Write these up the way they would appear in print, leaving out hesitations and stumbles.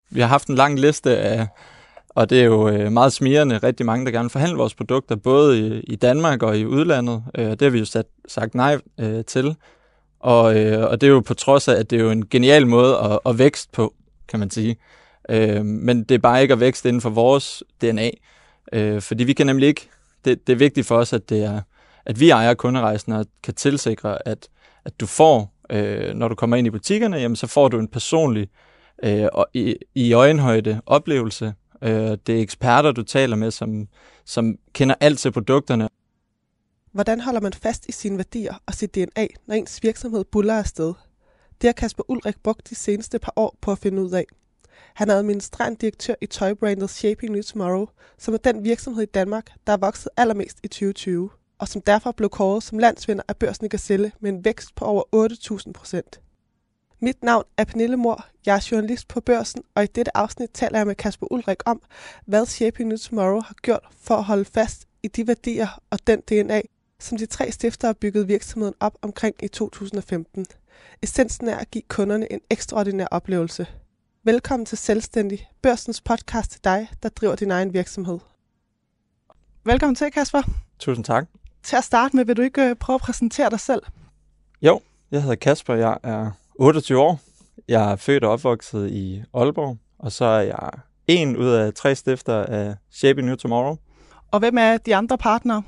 vi har haft en lang liste af, og det er jo meget smirrende, rigtig mange, der gerne vil forhandle vores produkter, både i Danmark og i udlandet. Det har vi jo sagt nej til. Og det er jo på trods af, at det er jo en genial måde at vækste på, kan man sige. Men det er bare ikke at vækste inden for vores DNA. Fordi vi kan nemlig ikke, det er vigtigt for os, at vi ejer kunderejsen og kan tilsikre, at du får, når du kommer ind i butikkerne, jamen, så får du en personlig og i øjenhøjde oplevelse. Det er eksperter, du taler med, som kender alt til produkterne. Hvordan holder man fast i sine værdier og sit DNA, når ens virksomhed buller afsted? Det har Kasper Ulrik brugt de seneste par år på at finde ud af. Han er administrerende direktør i tøjbrandet Shaping New Tomorrow, som er den virksomhed i Danmark, der er vokset allermest i 2020, og som derfor blev kåret som landsvinder af Børsen i Gazelle med en vækst på over 8.000%. Mit navn er Pernille Mohr, jeg er journalist på Børsen, og i dette afsnit taler jeg med Kasper Ulrik om, hvad Shaping New Tomorrow har gjort for at holde fast i de værdier og den DNA, som de 3 stiftere byggede virksomheden op omkring i 2015. Essensen er at give kunderne en ekstraordinær oplevelse. Velkommen til Selvstændig, Børsens podcast til dig, der driver din egen virksomhed. Velkommen til, Kasper. Tusind tak. Til at starte med, vil du ikke prøve at præsentere dig selv? Jo, jeg hedder Kasper, jeg er 28 år. Jeg er født og opvokset i Aalborg, og så er jeg 1 ud af 3 stiftere af Shaping New Tomorrow. Og hvem er de andre partnere?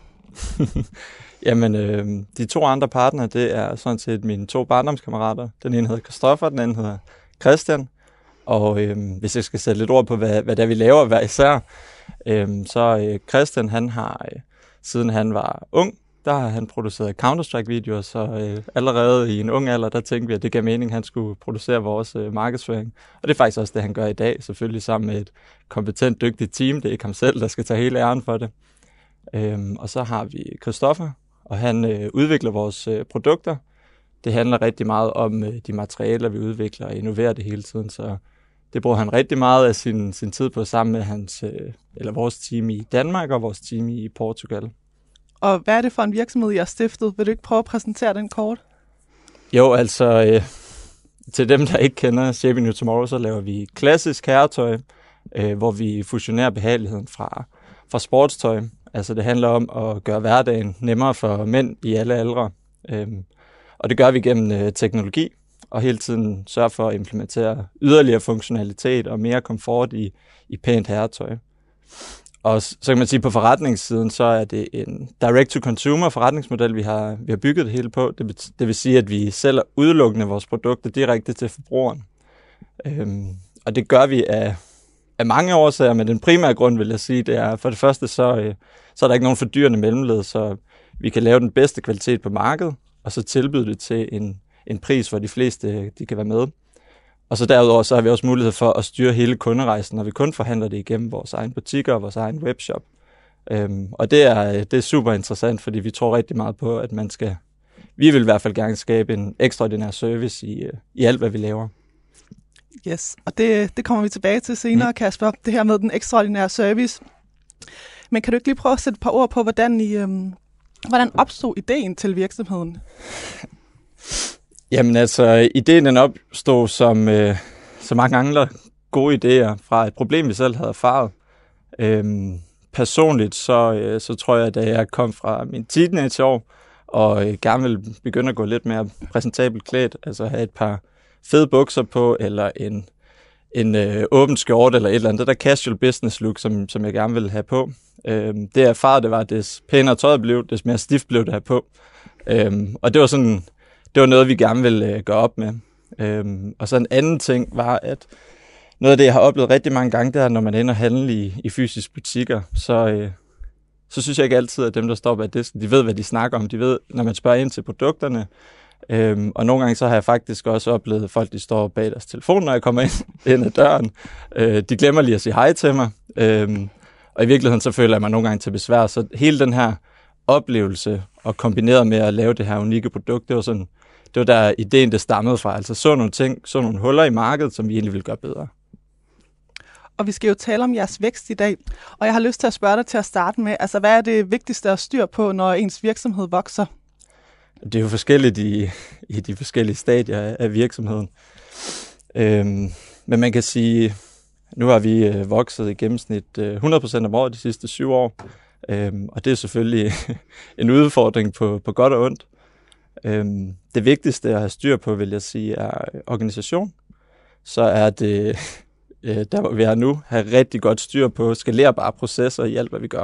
Jamen, de 2 andre partnere, det er sådan set mine 2 barndomskammerater. Den ene hedder Christoffer, den anden hedder Christian. Og hvis jeg skal sætte lidt ord på, hvad det er, vi laver hver især, så Christian, han har, siden han var ung, der har han produceret Counter-Strike-videoer, så allerede i en ung alder, der tænkte vi, at det gav mening, at han skulle producere vores markedsføring. Og det er faktisk også det, han gør i dag, selvfølgelig sammen med et kompetent, dygtigt team. Det er ikke ham selv, der skal tage hele æren for det. Og så har vi Christoffer, og han udvikler vores produkter. Det handler rigtig meget om de materialer, vi udvikler og innoverer det hele tiden, så det bruger han rigtig meget af sin tid på sammen med vores team i Danmark og vores team i Portugal. Og hvad er det for en virksomhed, I har stiftet? Vil du ikke prøve at præsentere den kort? Jo, altså til dem, der ikke kender Shaping New Tomorrow, så laver vi klassisk herretøj, hvor vi fusionerer behageligheden fra sportstøj. Altså det handler om at gøre hverdagen nemmere for mænd i alle aldre. Og det gør vi gennem teknologi, og hele tiden sørge for at implementere yderligere funktionalitet og mere komfort i pænt herretøj. Og så kan man sige, at på forretningssiden, så er det en direct-to-consumer forretningsmodel, vi har bygget det hele på. Det vil sige, at vi sælger udelukkende vores produkter direkte til forbrugeren. Og det gør vi af mange årsager, men den primære grund, vil jeg sige, det er for det første, så er der ikke nogen fordyrende mellemled, så vi kan lave den bedste kvalitet på markedet, og så tilbyde det til en pris, hvor de fleste de kan være med. Og så derudover så har vi også mulighed for at styre hele kunderejsen, når vi kun forhandler det igennem vores egen butikker og vores egen webshop. Og det er super interessant, fordi vi tror rigtig meget på, at vi vil i hvert fald gerne skabe en ekstraordinær service i alt, hvad vi laver. Yes, og det kommer vi tilbage til senere, Kasper, det her med den ekstraordinære service. Men kan du ikke lige prøve at sætte et par ord på, hvordan opstod ideen til virksomheden? Jamen altså, ideen den opstod som så mange andre gode idéer fra et problem, vi selv havde erfaret. Personligt så tror jeg, da jeg kom fra min teenageår og gerne ville begynde at gå lidt mere præsentabelt klædt, altså have et par fede bukser på, eller en åben skjorte, eller et eller andet, det der casual business look, som jeg gerne ville have på. Det jeg erfarede, det var, des pænere tøjet blev, des mere stift blev det her på. Og det var noget, vi gerne ville gøre op med. Og så en anden ting var, at noget af det, jeg har oplevet rigtig mange gange, det er, når man ender og handle i fysiske butikker, så synes jeg ikke altid, at dem, der står bag disken, de ved, hvad de snakker om. De ved, når man spørger ind til produkterne. Og nogle gange så har jeg faktisk også oplevet, at folk de står bag deres telefon, når jeg kommer ind ad døren. De glemmer lige at sige hej til mig. Og i virkeligheden så føler jeg mig nogle gange til besvær. Så hele den her oplevelse og kombineret med at lave det her unikke produkt, det var der ideen, det stammede fra. Altså så nogle huller i markedet, som vi egentlig ville gøre bedre. Og vi skal jo tale om jeres vækst i dag. Og jeg har lyst til at spørge dig til at starte med, altså hvad er det vigtigste at styre på, når ens virksomhed vokser? Det er jo forskelligt i de forskellige stadier af virksomheden. Men man kan sige, Nu har vi vokset i gennemsnit 100% om året de sidste 7 år, og det er selvfølgelig en udfordring på godt og ondt. Det vigtigste at have styr på, vil jeg sige, er organisation. Så er det, der hvor vi er nu, have rigtig godt styr på skalerbare processer i alt, hvad vi gør.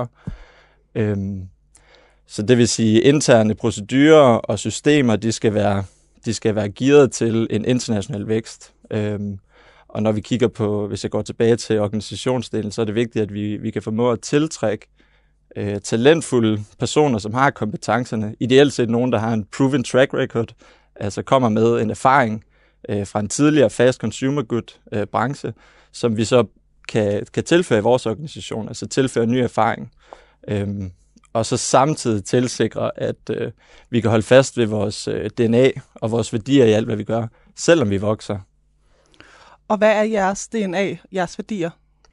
Så det vil sige, interne procedurer og systemer, de skal være gearet til en international vækst. Og når vi kigger på, hvis jeg går tilbage til organisationsdelen, så er det vigtigt, at vi kan formå at tiltrække talentfulde personer, som har kompetencerne. Ideelt set nogen, der har en proven track record, altså kommer med en erfaring fra en tidligere fast consumer good branche, som vi så kan tilføre i vores organisation, altså tilføre ny erfaring. Og så samtidig tilsikre, at vi kan holde fast ved vores DNA og vores værdier i alt, hvad vi gør, selvom vi vokser. Og hvad er jeres DNA, jeres værdier?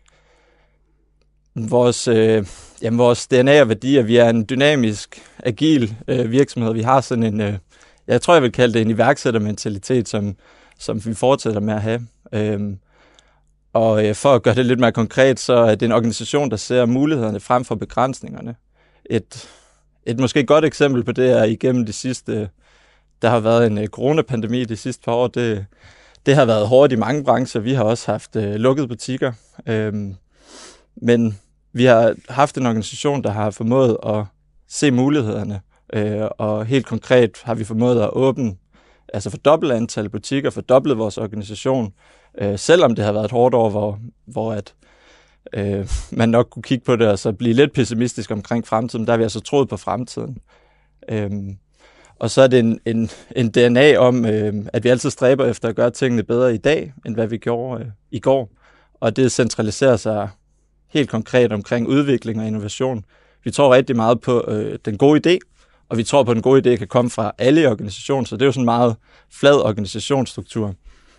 Vores DNA og værdier, vi er en dynamisk, agil virksomhed. Vi har sådan en, jeg tror, jeg vil kalde det en iværksættermentalitet, som vi fortsætter med at have. Og for at gøre det lidt mere konkret, så er det en organisation, der ser mulighederne frem for begrænsningerne. Et måske godt eksempel på det er igennem de sidste, der har været en coronapandemi de sidste par år. Det har været hårdt i mange brancher. Vi har også haft lukkede butikker. Men vi har haft en organisation, der har formået at se mulighederne. Og helt konkret har vi formået at åbne, altså fordoble antal butikker, fordoble vores organisation. Selvom det har været et hårdt år, hvor man nok kunne kigge på det og så blive lidt pessimistisk omkring fremtiden. Der har vi altså troet på fremtiden. Og så er det en DNA om, at vi altid stræber efter at gøre tingene bedre i dag, end hvad vi gjorde i går. Og det centraliserer sig helt konkret omkring udvikling og innovation. Vi tror rigtig meget på den gode idé, og vi tror på, at den gode idé kan komme fra alle i organisationen, så det er jo sådan en meget flad organisationsstruktur.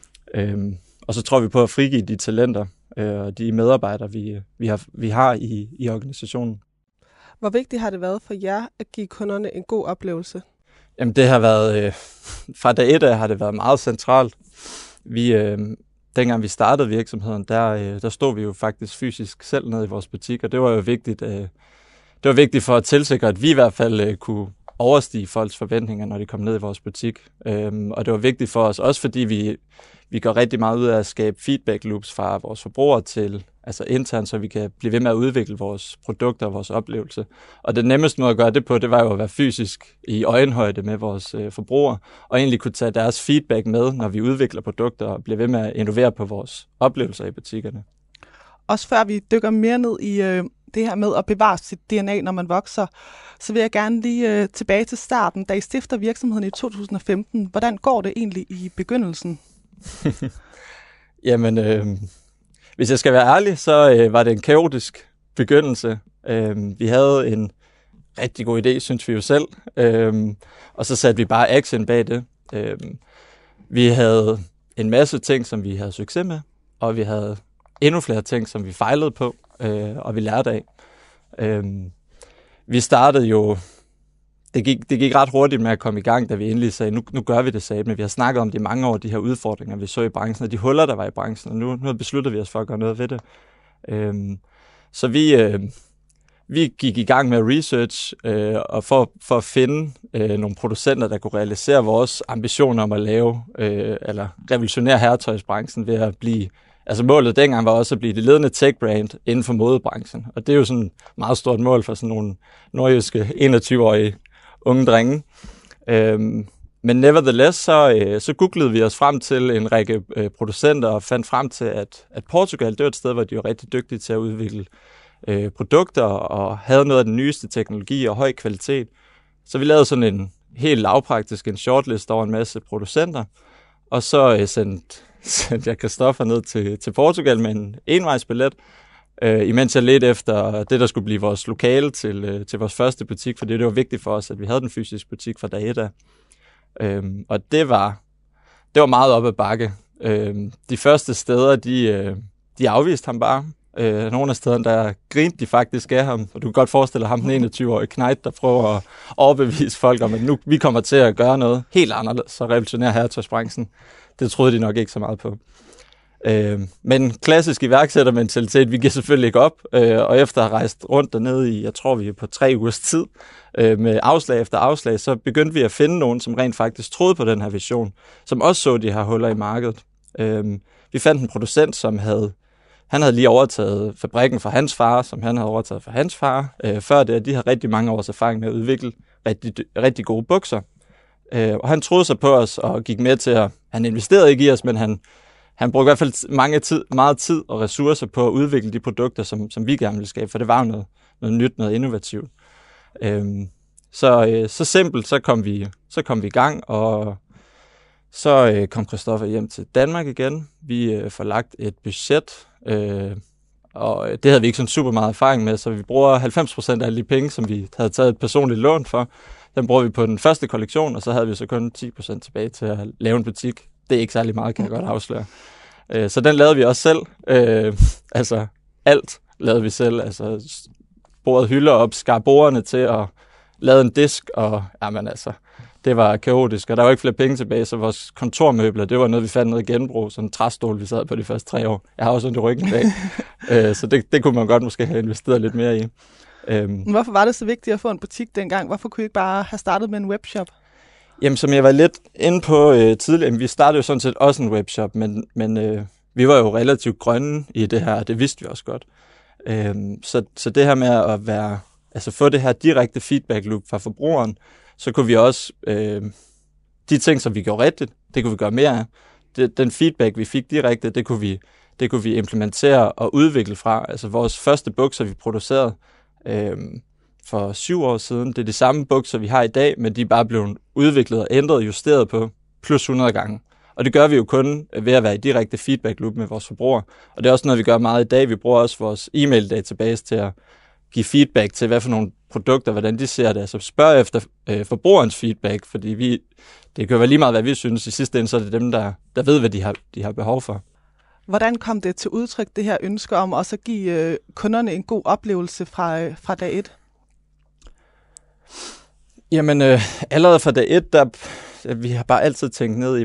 Og så tror vi på at frigive de talenter og de medarbejdere, vi har i organisationen. Hvor vigtigt har det været for jer at give kunderne en god oplevelse? Jamen det har været, fra dag 1 af har det været meget centralt. Dengang vi startede virksomheden, der stod vi jo faktisk fysisk selv nede i vores butik, og det var jo vigtigt. Det var vigtigt for at tilsikre, at vi i hvert fald kunne overstige folks forventninger, når de kom ned i vores butik. Og det var vigtigt for os, også fordi vi går rigtig meget ud af at skabe feedback loops fra vores forbrugere til, altså internt, så vi kan blive ved med at udvikle vores produkter og vores oplevelse. Og den nemmeste måde at gøre det på, det var jo at være fysisk i øjenhøjde med vores forbrugere, og egentlig kunne tage deres feedback med, når vi udvikler produkter og bliver ved med at innovere på vores oplevelser i butikkerne. Også før vi dykker mere ned i det her med at bevare sit DNA, når man vokser, så vil jeg gerne lige tilbage til starten. Da I stifter virksomheden i 2015, hvordan går det egentlig i begyndelsen? Jamen, hvis jeg skal være ærlig, så var det en kaotisk begyndelse. Vi havde en rigtig god idé, synes vi jo selv, og så satte vi bare action bag det. Vi havde en masse ting, som vi havde succes med, og vi havde endnu flere ting, som vi fejlede på, og vi lærte af. Vi startede jo, det gik ret hurtigt med at komme i gang, da vi endelig sagde, nu gør vi det, men vi har snakket om det i mange år, de her udfordringer, vi så i branchen, og de huller, der var i branchen, og nu besluttede vi os for at gøre noget ved det. Så vi gik i gang med research, og for at finde nogle producenter, der kunne realisere vores ambitioner om at lave, eller revolutionere herretøjsbranchen ved at blive. Altså målet dengang var også at blive det ledende tech-brand inden for modebranchen. Og det er jo sådan et meget stort mål for sådan nogle nordjyske 21-årige unge drenge. Men nevertheless, så googlede vi os frem til en række producenter og fandt frem til, at Portugal, det var et sted, hvor de var rigtig dygtige til at udvikle produkter og havde noget af den nyeste teknologi og høj kvalitet. Så vi lavede sådan en helt lavpraktisk en shortlist over en masse producenter, og så sendte jeg Christoffer ned til Portugal med en envejsbillet, imens jeg ledte efter det, der skulle blive vores lokale til vores første butik, fordi det var vigtigt for os, at vi havde den fysiske butik fra dag 1 af. Og det var meget op ad bakke. De første steder, de afviste ham bare. Nogle af stederne, der grinte de faktisk af ham, og du kan godt forestille ham, den 21-årige knejt, der prøver at overbevise folk om, at nu vi kommer til at gøre noget helt anderledes, så revolutionere herretøjsbranchen. Det troede de nok ikke så meget på. Men klassisk iværksættermentalitet, vi giver selvfølgelig ikke op, og efter at have rejst rundt dernede i, jeg tror vi er på 3 ugers tid, med afslag efter afslag, så begyndte vi at finde nogen, som rent faktisk troede på den her vision, som også så de her huller i markedet. Vi fandt en producent, som han havde lige overtaget fabrikken fra hans far, som han havde overtaget fra hans far. Før det, de havde rigtig mange års erfaring med at udvikle rigtig gode bukser. Og han troede sig på os og gik med til at, han investerede ikke i os, men han brugte i hvert fald meget tid og ressourcer på at udvikle de produkter, som vi gerne ville skabe, for det var jo noget nyt, noget innovativt. Så simpelt, så kom vi i gang, og så kom Christoffer hjem til Danmark igen. Vi får lagt et budget, og det havde vi ikke sådan super meget erfaring med, så vi bruger 90% af alle de penge, som vi havde taget et personligt lån for. Den bruger vi på den første kollektion, og så havde vi så kun 10% tilbage til at lave en butik. Det er ikke særlig meget, kan jeg godt afsløre. Så den lavede vi også selv. Altså alt lavede vi selv. Altså borede hylder op, skar bordene til og lavede en disk, og jamen altså, det var kaotisk, og der var ikke flere penge tilbage, så vores kontormøbler, det var noget, vi fandt ned i genbrug, sådan en træstol, vi sad på de første 3 år. Jeg har også ondt i ryggen i dag, så det kunne man godt måske have investeret lidt mere i. Hvorfor var det så vigtigt at få en butik dengang? Hvorfor kunne I ikke bare have startet med en webshop? Jamen, som jeg var lidt inde på tidligere, vi startede jo sådan set også en webshop, men vi var jo relativt grønne i det her, og det vidste vi også godt. Så det her med at få det her direkte feedback loop fra forbrugeren, så kunne vi også, de ting, som vi gjorde rigtigt, det kunne vi gøre mere af. Den feedback, vi fik direkte, det kunne vi implementere og udvikle fra. Altså vores første bukser, vi producerede for 7 år siden, det er de samme bukser, vi har i dag, men de er bare blevet udviklet og ændret og justeret på plus 100 gange. Og det gør vi jo kun ved at være i direkte feedback loop med vores forbrugere. Og det er også noget, vi gør meget i dag. Vi bruger også vores e-mail database til at give feedback til, hvad for nogle produkter, hvordan de ser det. Altså spørg efter forbrugerens feedback, fordi det kan være lige meget, hvad vi synes. I sidste ende, så er det dem, der ved, hvad de har behov for. Hvordan kom det til udtryk, det her ønske om også at give kunderne en god oplevelse fra dag 1? Jamen, allerede fra dag 1, vi har bare altid tænkt ned i,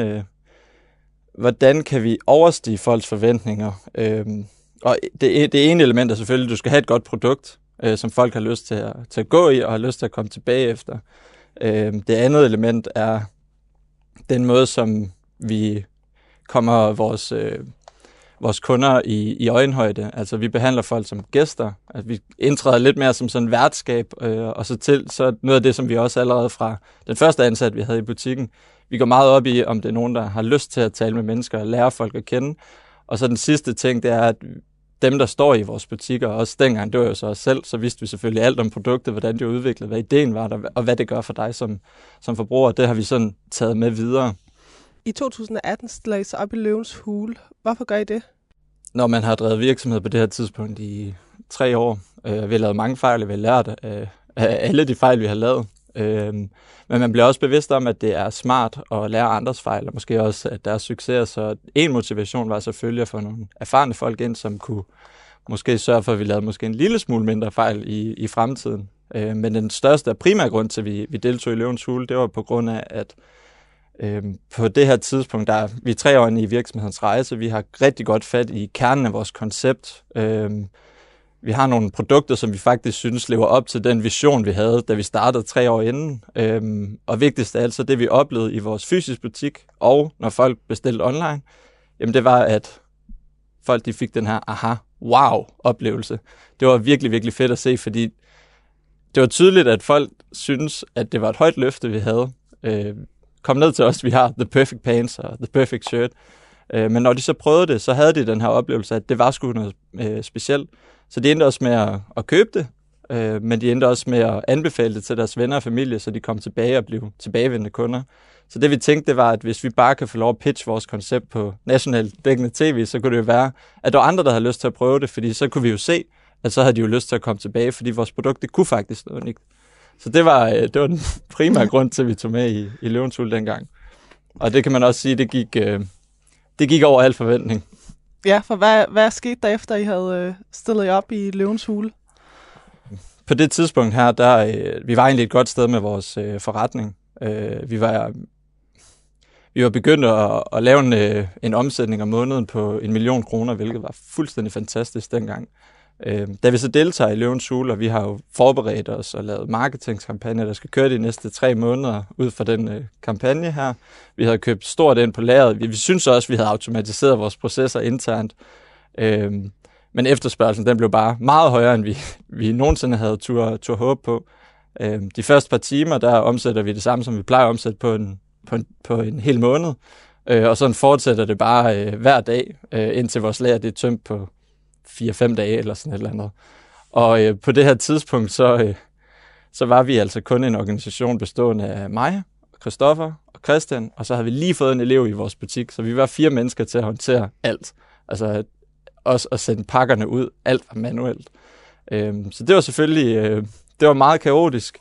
hvordan kan vi overstige folks forventninger. Og det ene element er selvfølgelig, at du skal have et godt produkt, som folk har lyst til at gå i og har lyst til at komme tilbage efter. Det andet element er den måde, som vi kommer vores kunder i øjenhøjde. Altså vi behandler folk som gæster. Altså, vi indtræder lidt mere som sådan værtskab, og så noget af det, som vi også allerede fra den første ansat, vi havde i butikken, vi går meget op i, om det er nogen, der har lyst til at tale med mennesker og lære folk at kende. Og så den sidste ting, det er, at dem, der står i vores butikker, også dengang, det var jo så os selv, så vidste vi selvfølgelig alt om produktet, hvordan det er udviklet, hvad ideen var der, og hvad det gør for dig som forbruger. Det har vi sådan taget med videre. I 2018 stiller I sig op i Løvens Hule. Hvorfor gør I det? Når man har drevet virksomhed på det her tidspunkt i 3 år, vi har lavet mange fejl, vi har lært af alle de fejl, vi har lavet. Men man bliver også bevidst om, at det er smart at lære andres fejl, og måske også, at der er succes. Så en motivation var selvfølgelig at få nogle erfarne folk ind, som kunne måske sørge for, at vi lavede måske en lille smule mindre fejl i fremtiden. Men den største og primære grund til, at vi deltog i Løvens Hule, det var på grund af, at på det her tidspunkt, der er vi 3 år inde i virksomhedens rejse, vi har rigtig godt fat i kernen af vores koncept. Vi har nogle produkter, som vi faktisk synes lever op til den vision, vi havde, da vi startede 3 år inden. Og vigtigst af alt, så det vi oplevede i vores fysiske butik, og når folk bestilte online, jamen det var, at folk de fik den her wow-oplevelse. Det var virkelig, virkelig fedt at se, fordi det var tydeligt, at folk synes, at det var et højt løfte, vi havde. Kom ned til os, vi har the perfect pants og the perfect shirt. Men når de så prøvede det, så havde de den her oplevelse, at det var sgu noget specielt. Så de endte også med at købe det, men de endte også med at anbefale det til deres venner og familie, så de kom tilbage og blev tilbagevendende kunder. Så det vi tænkte, det var, at hvis vi bare kan få lov at pitche vores koncept på nationalt dækkende tv, så kunne det jo være, at der var andre, der havde lyst til at prøve det, fordi så kunne vi jo se, at så havde de jo lyst til at komme tilbage, fordi vores produkt, det kunne faktisk noget unikt. Så det var den primære grund til, at vi tog med i Løvens Hule dengang. Og det kan man også sige, det gik over al forventning. Ja, for hvad skete der efter, I havde stillet jer op i Løvens Hule? På det tidspunkt her, vi var egentlig et godt sted med vores forretning. Vi var begyndt at lave en omsætning om måneden på 1 million kroner, hvilket var fuldstændig fantastisk dengang. Da vi så deltager i Løvens Hule, og vi har jo forberedt os og lavet marketingskampagne, der skal køre de næste 3 måneder ud fra den kampagne her. Vi havde købt stort ind på lageret. Vi synes også, at vi havde automatiseret vores processer internt. Men efterspørgselen, den blev bare meget højere, end vi nogensinde havde tur håbe på. De første par timer, der omsætter vi det samme, som vi plejer at omsætte på en hel måned. Og sådan fortsætter det bare hver dag, indtil vores lager det er tømt på 4-5 dage eller sådan et eller andet. Og på det her tidspunkt, så var vi altså kun en organisation bestående af mig, Christoffer og Christian, og så havde vi lige fået en elev i vores butik, så vi var 4 mennesker til at håndtere alt. Altså også at sende pakkerne ud, alt var manuelt. Så det var selvfølgelig, det var meget kaotisk.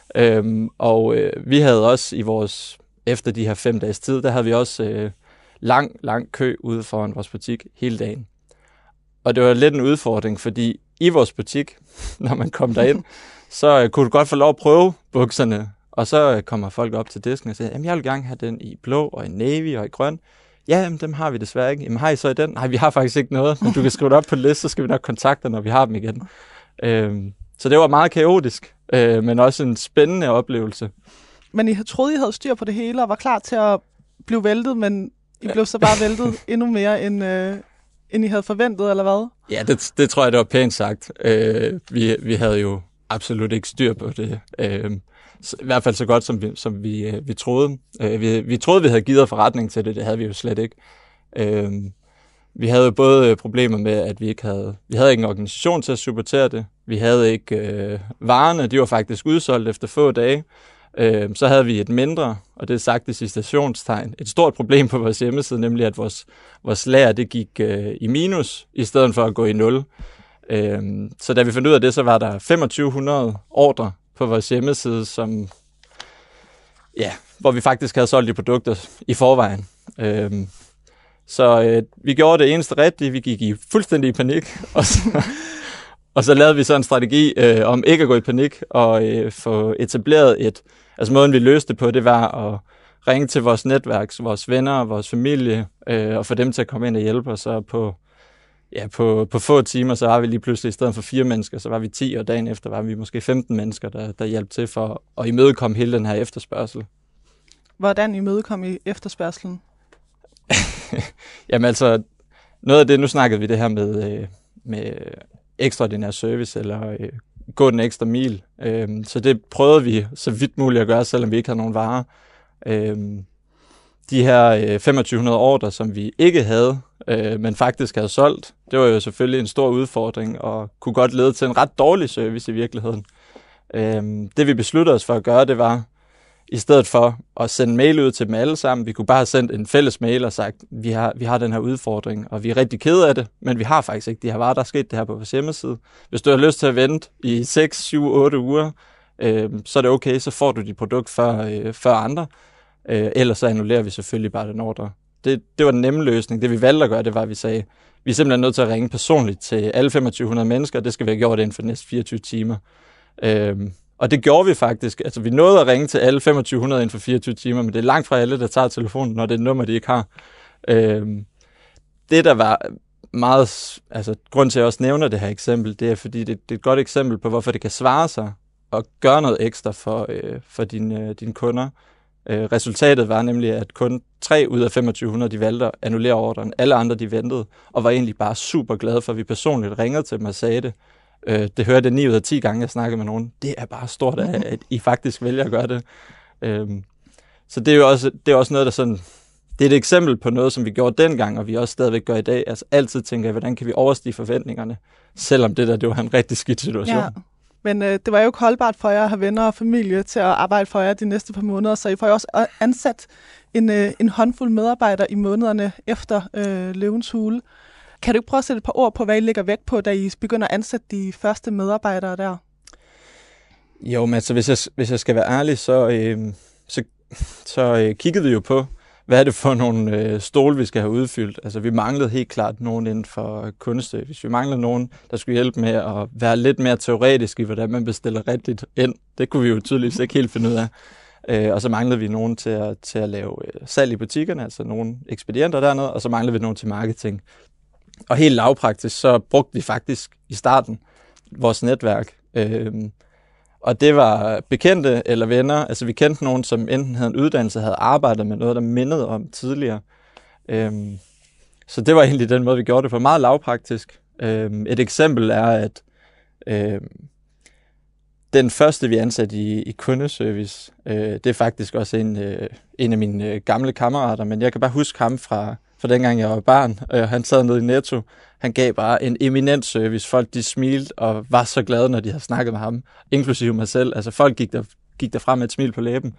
Og vi havde også efter de her 5 dages tid, der havde vi også lang kø ude foran vores butik hele dagen. Og det var lidt en udfordring, fordi i vores butik, når man kom derind, så kunne du godt få lov at prøve bukserne. Og så kommer folk op til disken og siger, jamen jeg vil gerne have den i blå og i navy og i grøn. Ja, jamen, dem har vi desværre ikke. Jamen har I så i den? Nej, vi har faktisk ikke noget, men du kan skrive det op på en liste, så skal vi nok kontakte dig, når vi har dem igen. Så det var meget kaotisk, men også en spændende oplevelse. Men I troede, I havde styr på det hele og var klar til at blive væltet, men I blev så bare væltet endnu mere, end I havde forventet, eller hvad? Ja, det tror jeg, det var pænt sagt. Vi havde jo absolut ikke styr på det. I hvert fald så godt, som vi troede. Vi troede, vi havde givet forretning til det. Det havde vi jo slet ikke. Vi havde jo både problemer med, at vi havde ikke en organisation til at supportere det. Vi havde ikke varerne. De var faktisk udsolgt efter få dage. Så havde vi et mindre, og det er sagt i citationstegn, et stort problem på vores hjemmeside, nemlig at vores lager det gik i minus, i stedet for at gå i 0. Så da vi fandt ud af det, så var der 2500 ordre på vores hjemmeside, hvor vi faktisk havde solgt de produkter i forvejen. Så vi gjorde det eneste rigtige, vi gik i fuldstændig panik, og så lavede vi så en strategi om ikke at gå i panik og få etableret altså måden vi løste det på, det var at ringe til vores netværk, vores venner, vores familie og få dem til at komme ind og hjælpe os. Så på få timer, så var vi lige pludselig i stedet for 4 mennesker, så var vi 10, og dagen efter var vi måske 15 mennesker, der hjalp til for at imødekomme hele den her efterspørgsel. Hvordan imødekom I efterspørgselen? Jamen altså, noget af det, nu snakkede vi det her med ekstraordinær service, eller gå den ekstra mil. Så det prøvede vi så vidt muligt at gøre, selvom vi ikke havde nogen varer. De her 2500 ordre, som vi ikke havde, men faktisk havde solgt, det var jo selvfølgelig en stor udfordring, og kunne godt lede til en ret dårlig service i virkeligheden. Det vi besluttede os for at gøre, det var, i stedet for at sende mail ud til dem alle sammen, vi kunne bare have sendt en fælles mail og sagt, vi har den her udfordring, og vi er rigtig kede af det, men vi har faktisk ikke de her varer, der er sket det her på vores hjemmeside. Hvis du har lyst til at vente i 6, 7, 8 uger, så er det okay, så får du dit produkt før andre, ellers så annullerer vi selvfølgelig bare den ordre. Det var den nemme løsning. Det vi valgte at gøre, det var, at vi sagde, vi er simpelthen nødt til at ringe personligt til alle 2500 mennesker, det skal vi have gjort inden for de næste 24 timer. Og det gjorde vi faktisk. Altså, vi nåede at ringe til alle 2500 inden for 24 timer, men det er langt fra alle, der tager telefonen, når det er et nummer, de ikke har. Det, der var meget... Altså, grund til, at jeg også nævner det her eksempel, det er, fordi det er et godt eksempel på, hvorfor det kan svare sig at gøre noget ekstra for dine kunder. Resultatet var nemlig, at kun 3 ud af 2500, de valgte at annullere ordren. Alle andre, de ventede, og var egentlig bare super glade for, at vi personligt ringede til dem og sagde det. Det hørte jeg 9 ud af 10 gange, jeg snakkede med nogen. Det er bare stort, at I faktisk vælger at gøre det. Så det er også noget, der sådan... Det er et eksempel på noget, som vi gjorde dengang, og vi også stadigvæk gør i dag. Altså altid tænker jeg, hvordan kan vi overstige forventningerne, selvom det var en rigtig skidt situation. Ja. Men det var jo ikke holdbart for jer at have venner og familie til at arbejde for jer de næste par måneder, så I får jo også ansat en håndfuld medarbejdere i månederne efter Løvens Hule. Kan du ikke prøve at sætte et par ord på, hvad I lægger vægt på, da I begynder at ansætte de første medarbejdere der? Jo, men altså, hvis jeg skal være ærlig, så kiggede vi jo på, hvad er det for nogle stole, vi skal have udfyldt. Altså, vi manglede helt klart nogen inden for kundeservice. Vi manglede nogen, der skulle hjælpe med at være lidt mere teoretisk i, hvordan man bestiller rigtigt ind. Det kunne vi jo tydeligvis ikke helt finde ud af. Og så manglede vi nogen til at lave salg i butikkerne, altså nogle ekspedienter dernede, og så manglede vi nogen til marketing. Og helt lavpraktisk, så brugte vi faktisk i starten vores netværk. Og det var bekendte eller venner. Altså vi kendte nogen, som enten havde en uddannelse, havde arbejdet med noget, der mindede om tidligere. Så det var egentlig den måde, vi gjorde det på. Meget lavpraktisk. Et eksempel er, at den første, vi ansatte i kundeservice, det er faktisk også en af mine gamle kammerater, men jeg kan bare huske ham fra dengang jeg var barn. Han sad nede i Netto. Han gav bare en eminent service. Folk de smilte og var så glade, når de havde snakket med ham, inklusive mig selv. Altså folk gik derfra med et smil på læben.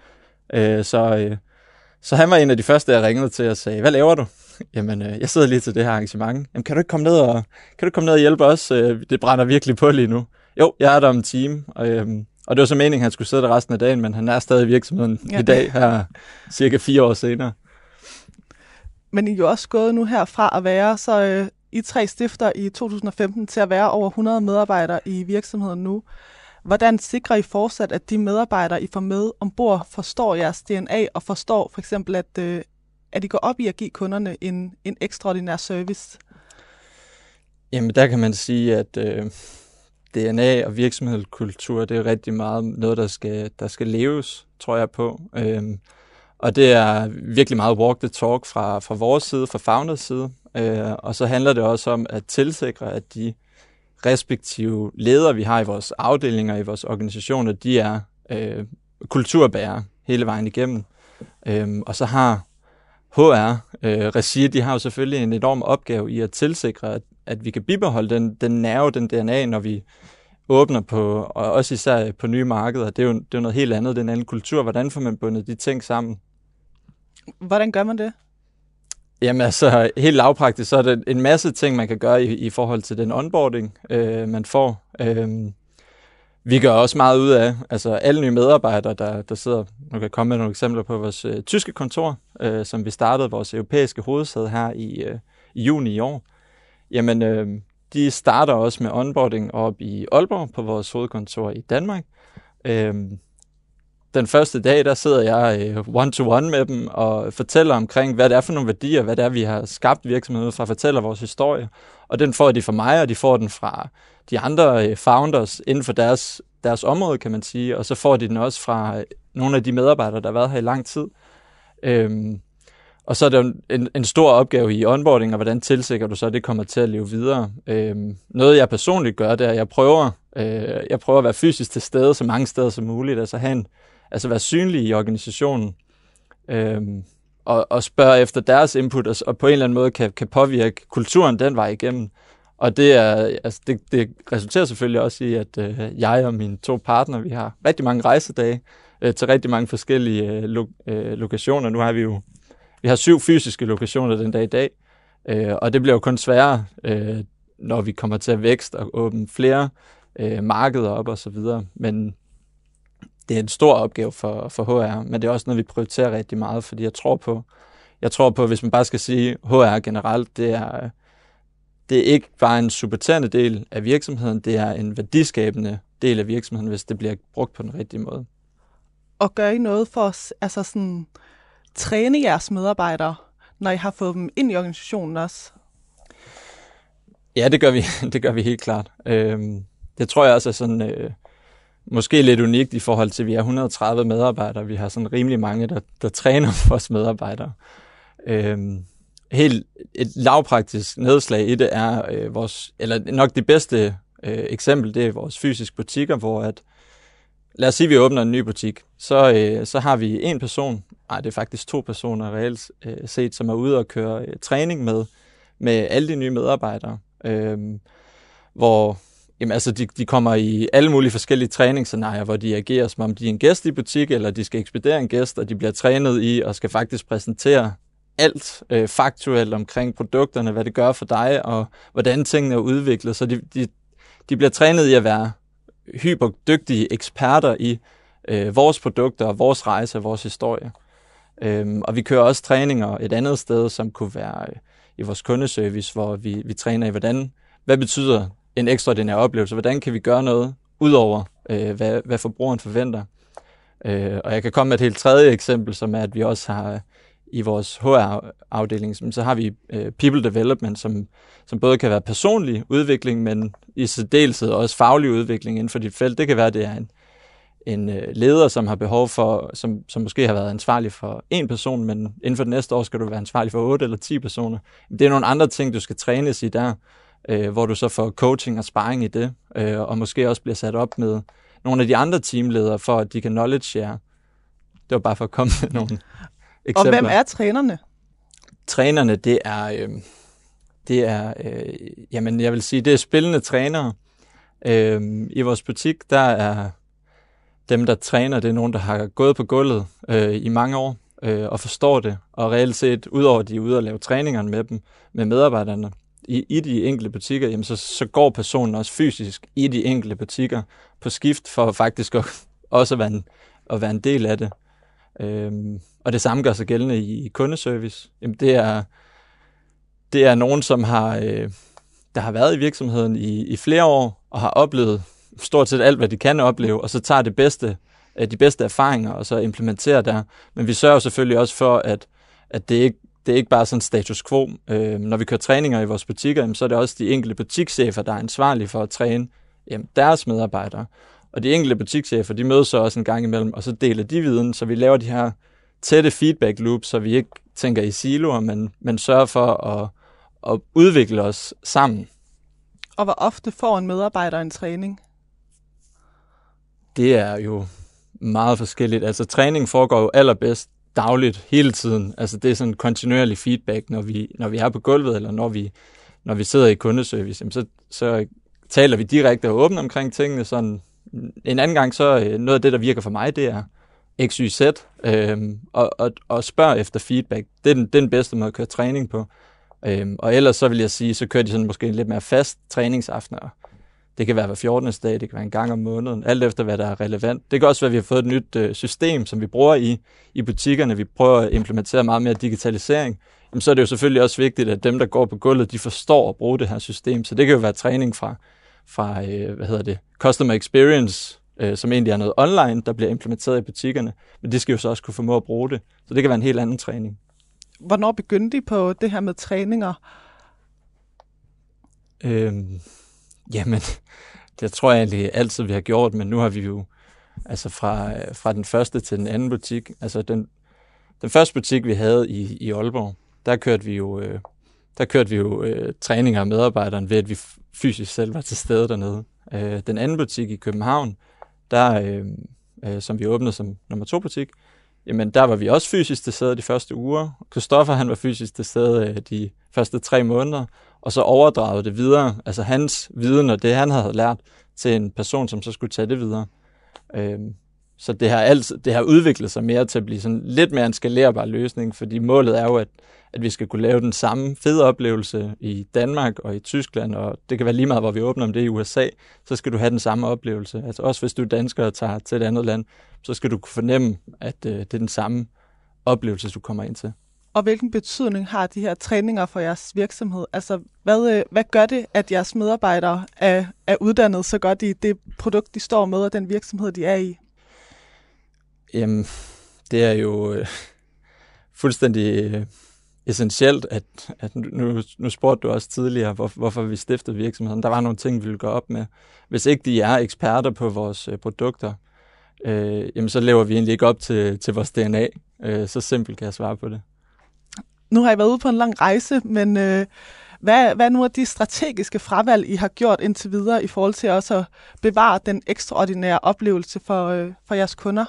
Så han var en af de første, jeg ringede til og sagde, hvad laver du? Jamen, jeg sidder lige til det her arrangement. Jamen, kan du ikke komme ned og hjælpe os? Det brænder virkelig på lige nu. Jo, jeg er der om en time. Og det var så meningen, at han skulle sidde der resten af dagen, men han er stadig i virksomheden i dag, her cirka 4 år senere. Men I er jo også gået nu herfra at være så I 3 stifter i 2015 til at være over 100 medarbejdere i virksomheden nu. Hvordan sikrer I fortsat, at de medarbejdere, I får med ombord, forstår jeres DNA og forstår for eksempel, at I går op i at give kunderne en ekstraordinær service? Jamen, der kan man sige, at DNA og virksomhedskultur, det er rigtig meget noget, der skal leves, tror jeg på. Og det er virkelig meget walk the talk fra vores side, fra founders side. Og så handler det også om at tilsikre, at de respektive ledere, vi har i vores afdelinger, i vores organisationer, de er kulturbærere hele vejen igennem. Og så har HR-regi, de har jo selvfølgelig en enorm opgave i at tilsikre, at vi kan bibeholde den nerve, den DNA, når vi åbner på, og også især på nye markeder. Det er jo noget helt andet, det er en anden kultur. Hvordan får man bundet de ting sammen? Hvordan gør man det? Jamen altså, helt lavpraktisk, så er det en masse ting, man kan gøre i forhold til den onboarding, man får. Vi gør også meget ud af, altså alle nye medarbejdere, der sidder, nu kan jeg komme med nogle eksempler på vores tyske kontor, som vi startede vores europæiske hovedsæde her i juni i år. Jamen, de starter også med onboarding op i Aalborg på vores hovedkontor i Danmark. Den første dag, der sidder jeg one-to-one med dem og fortæller omkring, hvad det er for nogle værdier, hvad det er, vi har skabt virksomheden fra, fortæller vores historie. Og den får de fra mig, og de får den fra de andre founders inden for deres område, kan man sige. Og så får de den også fra nogle af de medarbejdere, der har været her i lang tid. Og så er det en stor opgave i onboarding, og hvordan tilsikrer du så, at det kommer til at leve videre. Noget jeg personligt gør, det er, at jeg prøver at være fysisk til stede så mange steder som muligt, altså være synlig i organisationen, og spørge efter deres input, og på en eller anden måde kan påvirke kulturen den vej igennem. Og det resulterer selvfølgelig også i, at jeg og mine 2 partnere, vi har rigtig mange rejsedage til rigtig mange forskellige lokationer. Nu har vi har 7 fysiske lokationer den dag i dag, og det bliver jo kun sværere, når vi kommer til at vækste og åbne flere markeder op og så videre. Men det er en stor opgave for HR, men det er også noget, vi prioriterer rigtig meget, fordi jeg tror på, hvis man bare skal sige HR generelt, det er ikke bare en supporterende del af virksomheden, det er en værdiskabende del af virksomheden, hvis det bliver brugt på den rigtige måde. Og gør I noget for at træne jeres medarbejdere, når I har fået dem ind i organisationen også? Ja, det gør vi helt klart. Det tror jeg også er sådan, måske lidt unikt i forhold til, at vi er 130 medarbejdere. Vi har sådan rimelig mange, der træner vores medarbejdere. Helt et lavpraktisk nedslag i det er eller nok det bedste eksempel, det er vores fysiske butikker, hvor lad os sige, at vi åbner en ny butik, så har vi en person, det er faktisk 2 personer reelt set, som er ude og køre træning med alle de nye medarbejdere, hvor jamen, altså de kommer i alle mulige forskellige træningsscenarier, hvor de agerer, som om de er en gæst i butik, eller de skal ekspedere en gæst, og de bliver trænet i og skal faktisk præsentere alt faktuelt omkring produkterne, hvad det gør for dig, og hvordan tingene er udviklet. Så de bliver trænet i at være hyperdygtige eksperter i vores produkter, og vores rejse og vores historie. Og vi kører også træninger et andet sted, som kunne være i vores kundeservice, hvor vi træner i, hvad betyder en ekstraordinær oplevelse, hvordan kan vi gøre noget, udover hvad forbrugeren forventer. Og jeg kan komme med et helt tredje eksempel, som er, at vi også har i vores HR-afdeling, så har vi people development, som både kan være personlig udvikling, men i særdeleshed også faglig udvikling inden for dit felt. Det kan være, at det er en leder, som har behov for, som måske har været ansvarlig for en person, men inden for det næste år skal du være ansvarlig for 8 eller 10 personer. Det er nogle andre ting, du skal trænes i der, hvor du så får coaching og sparring i det, og måske også bliver sat op med nogle af de andre teamledere, for at de kan knowledge share. Det var bare for at komme med nogle eksempler. Og hvem er trænerne? Trænerne, jamen jeg vil sige, det er spillende trænere. I vores butik, der er dem, der træner, det er nogen, der har gået på gulvet i mange år og forstår det, og reelt set, udover at de er ude og lave træningerne med dem, med medarbejderne, i de enkelte butikker, jamen så går personen også fysisk i de enkelte butikker på skift, for faktisk også at være en del af det. Og det samme gør sig gældende i kundeservice. Jamen det er nogen, som der har været i virksomheden i flere år, og har oplevet stort set alt, hvad de kan opleve, og så tager de bedste erfaringer, og så implementerer der. Men vi sørger selvfølgelig også for, at det er ikke bare sådan status quo. Når vi kører træninger i vores butikker, så er det også de enkelte butikschefer, der er ansvarlige for at træne deres medarbejdere. Og de enkelte butikschefer, de mødes så også en gang imellem, og så deler de viden, så vi laver de her tætte feedback loops, så vi ikke tænker i siloer, men sørger for at udvikle os sammen. Og hvor ofte får en medarbejder en træning? Det er jo meget forskelligt. Altså træning foregår jo allerbedst dagligt, hele tiden. Altså det er sådan kontinuerlig feedback, når vi er på gulvet, eller når vi sidder i kundeservice, jamen så taler vi direkte og åbent omkring tingene. Sådan. En anden gang, så noget af det, der virker for mig, det er XYZ, og spørg efter feedback. Det er den bedste måde at køre træning på. Og ellers så vil jeg sige, så kører de sådan måske en lidt mere fast træningsaftener. Det kan være hver 14. dag, det kan være en gang om måneden, alt efter hvad der er relevant. Det kan også være, at vi har fået et nyt system, som vi bruger i butikkerne. Vi prøver at implementere meget mere digitalisering. Jamen, så er det jo selvfølgelig også vigtigt, at dem, der går på gulvet, de forstår at bruge det her system. Så det kan jo være træning fra customer experience, som egentlig er noget online, der bliver implementeret i butikkerne. Men det skal jo så også kunne formå at bruge det. Så det kan være en helt anden træning. Hvornår begyndte I på det her med træninger? Jamen, det tror jeg egentlig altid, vi har gjort, men nu har vi jo altså fra den første til den anden butik, altså den første butik, vi havde i Aalborg, der kørte vi jo træninger af medarbejderen ved, at vi fysisk selv var til stede dernede. Den anden butik i København, der, som vi åbnede som nummer 2 butik, jamen der var vi også fysisk til stede de første uger. Christoffer, han var fysisk til stede de første 3 måneder, og så overdragede det videre, altså hans viden og det, han havde lært, til en person, som så skulle tage det videre. Så det har udviklet sig mere til at blive sådan lidt mere en skalerbar løsning, fordi målet er jo, at vi skal kunne lave den samme fede oplevelse i Danmark og i Tyskland, og det kan være lige meget, hvor vi åbner om det i USA, så skal du have den samme oplevelse. Altså også hvis du er dansker og tager til et andet land, så skal du kunne fornemme, at det er den samme oplevelse, du kommer ind til. Og hvilken betydning har de her træninger for jeres virksomhed? Altså, hvad gør det, at jeres medarbejdere er uddannet så godt i det produkt, de står med, og den virksomhed, de er i? Jamen, det er jo fuldstændig essentielt, at nu spurgte du også tidligere, hvorfor vi stiftede virksomheden. Der var nogle ting, vi ville gå op med. Hvis ikke de er eksperter på vores produkter, jamen så lever vi egentlig ikke op til vores DNA. Så simpelt kan jeg svare på det. Nu har I været ude på en lang rejse, men hvad er nogle af de strategiske fravalg, I har gjort indtil videre i forhold til også at bevare den ekstraordinære oplevelse for jeres kunder?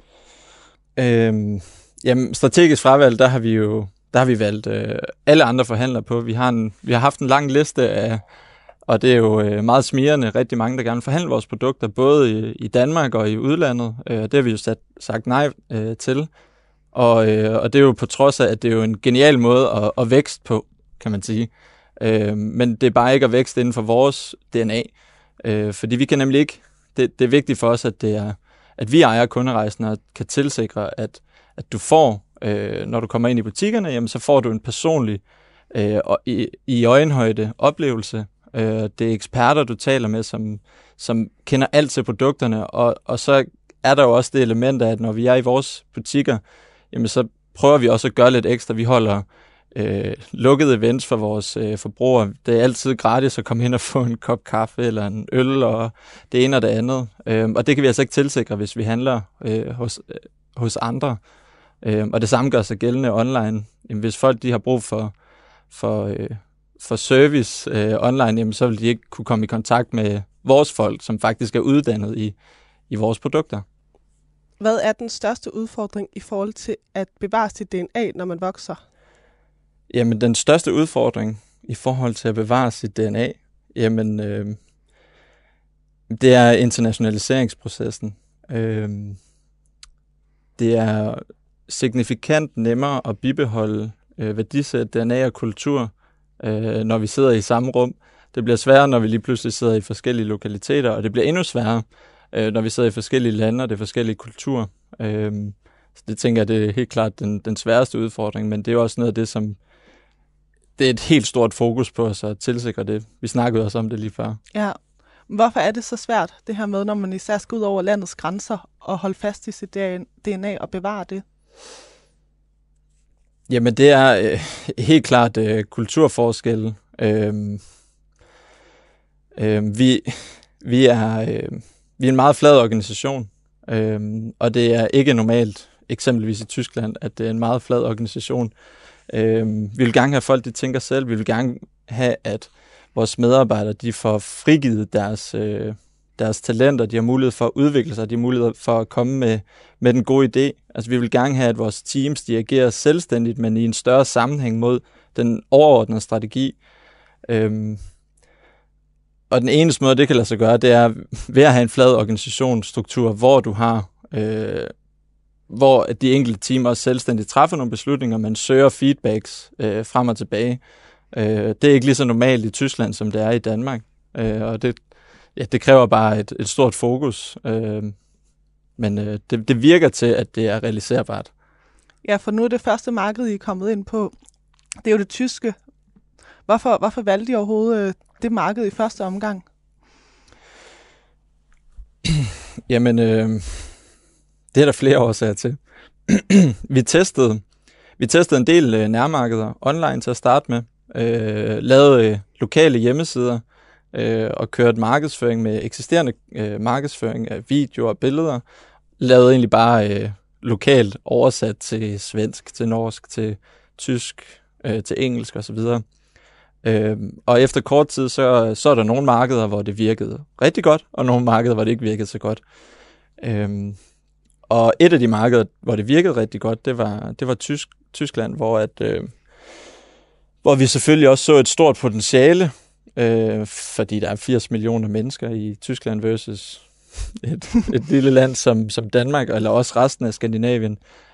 Jamen, strategisk fravalg, der har vi valgt alle andre forhandlere på. Vi har haft en lang liste af, og det er jo meget smirrende, rigtig mange, der gerne forhandler vores produkter, både i Danmark og i udlandet. Det har vi jo sagt nej til. Og det er jo på trods af, at det er jo en genial måde at vækste på, kan man sige. Men det er bare ikke at vækste inden for vores DNA. Fordi vi kan nemlig ikke, det er vigtigt for os, at vi ejer kunderejsen og kan tilsikre, at du får, når du kommer ind i butikkerne, jamen, så får du en personlig og i øjenhøjde oplevelse. Det er eksperter, du taler med, som kender alt til produkterne, og så er der jo også det element af, at når vi er i vores butikker, jamen så prøver vi også at gøre lidt ekstra. Vi holder lukkede events for vores forbrugere. Det er altid gratis at komme hen og få en kop kaffe eller en øl og det ene og det andet. Og det kan vi altså ikke tilsikre, hvis vi handler hos andre. Og det samme gør sig gældende online. Jamen, hvis folk de har brug for service online, jamen, så vil de ikke kunne komme i kontakt med vores folk, som faktisk er uddannet i vores produkter. Hvad er den største udfordring i forhold til at bevare sit DNA, når man vokser? Jamen, den største udfordring i forhold til at bevare sit DNA, jamen, det er internationaliseringsprocessen. Det er signifikant nemmere at bibeholde værdisæt, DNA og kultur, når vi sidder i samme rum. Det bliver sværere, når vi lige pludselig sidder i forskellige lokaliteter, og det bliver endnu sværere, når vi sidder i forskellige lande, og det er forskellige kulturer. Så det tænker jeg, det er helt klart den sværeste udfordring, men det er også noget af det, som det er et helt stort fokus på os at tilsikre det. Vi snakkede også om det lige før. Ja. Hvorfor er det så svært, det her med, når man især skal ud over landets grænser og holde fast i sit DNA og bevare det? Jamen, det er helt klart kulturforskelle. Vi er en meget flad organisation, og det er ikke normalt, eksempelvis i Tyskland, at det er en meget flad organisation. Vi vil gerne have folk, de tænker selv. Vi vil gerne have, at vores medarbejdere, de får frigivet deres talenter, de har mulighed for at udvikle sig, de har mulighed for at komme med den gode idé. Altså, vi vil gerne have, at vores teams, de agerer selvstændigt, men i en større sammenhæng mod den overordnede strategi. Og den eneste måde, det kan lade sig gøre, det er ved at have en flad organisationsstruktur, hvor du har hvor de enkelte team også selvstændigt træffer nogle beslutninger, man søger feedbacks frem og tilbage. Det er ikke lige så normalt i Tyskland, som det er i Danmark. Og det kræver bare et stort fokus. Men det virker til, at det er realiserbart. Ja, for nu er det første marked, I er kommet ind på. Det er jo det tyske. Hvorfor valgte I overhovedet det marked i første omgang? Jamen, det er der flere årsager til. Vi testede en del nærmarkeder online til at starte med. Lavede lokale hjemmesider og kørte markedsføring med eksisterende markedsføring af videoer og billeder. Lavede egentlig bare lokalt oversat til svensk, til norsk, til tysk, til engelsk osv. Og efter kort tid, så er der nogle markeder, hvor det virkede rigtig godt, og nogle markeder, hvor det ikke virkede så godt. Og et af de markeder, hvor det virkede rigtig godt, det var Tyskland, hvor vi selvfølgelig også så et stort potentiale, fordi der er 80 millioner mennesker i Tyskland versus et lille land som Danmark, eller også resten af Skandinavien.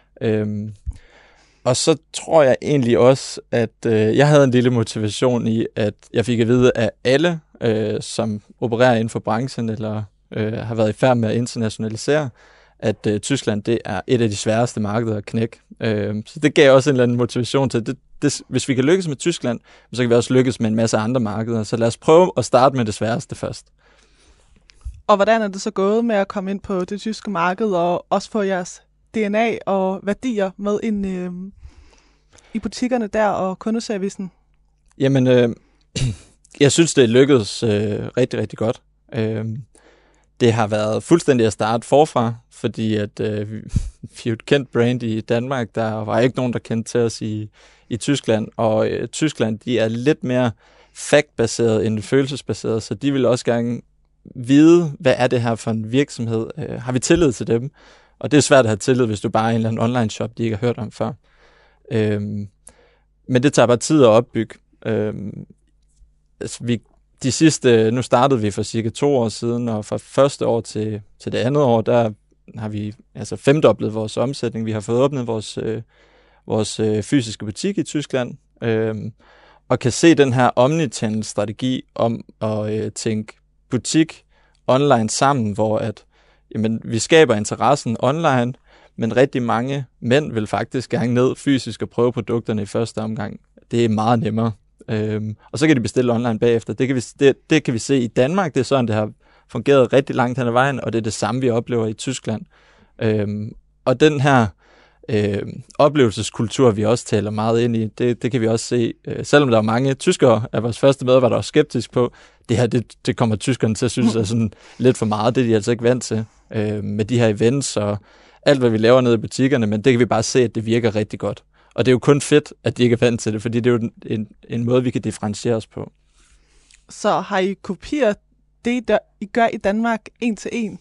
Og så tror jeg egentlig også, at jeg havde en lille motivation i, at jeg fik at vide, at alle, som opererer inden for branchen, eller har været i færd med at internationalisere, at Tyskland, det er et af de sværeste markeder at knække. Så det gav også en eller anden motivation til, hvis vi kan lykkes med Tyskland, så kan vi også lykkes med en masse andre markeder. Så lad os prøve at starte med det sværeste først. Og hvordan er det så gået med at komme ind på det tyske marked, og også få jeres DNA og værdier med ind i butikkerne der og kundeservicen? Jamen, jeg synes, det lykkedes rigtig, rigtig godt. Det har været fuldstændig at starte forfra, fordi at vi er et kendt brand i Danmark. Der var ikke nogen, der kendte til os i Tyskland, og Tyskland, de er lidt mere fact-baseret end følelsesbaseret, så de vil også gerne vide, hvad er det her for en virksomhed? Har vi tillid til dem? Og det er svært at have tillid, hvis du bare er en eller anden online shop, de ikke har hørt om før. Men det tager bare tid at opbygge. Nu startede vi for cirka 2 år siden, og fra første år til det andet år, der har vi altså 5-doblet vores omsætning. Vi har fået åbnet vores fysiske butik i Tyskland, og kan se den her omnichannel-strategi om at tænke butik online sammen, hvor vi skaber interessen online, men rigtig mange mænd vil faktisk gerne ned fysisk og prøve produkterne i første omgang. Det er meget nemmere. Og så kan de bestille online bagefter. Det kan vi se i Danmark, det er sådan, det fungeret rigtig langt hen ad vejen, og det er det samme, vi oplever i Tyskland. Og den her oplevelseskultur, vi også taler meget ind i, det kan vi også se, selvom der er mange tyskere af vores første medarbejdere, der er skeptisk på, det her, det kommer tyskerne til at synes er sådan lidt for meget, det er de altså ikke vant til, med de her events og alt, hvad vi laver nede i butikkerne, men det kan vi bare se, at det virker rigtig godt. Og det er jo kun fedt, at de ikke er vant til det, fordi det er jo en måde, vi kan differentiere os på. Så har I kopieret det, I gør i Danmark, en til en?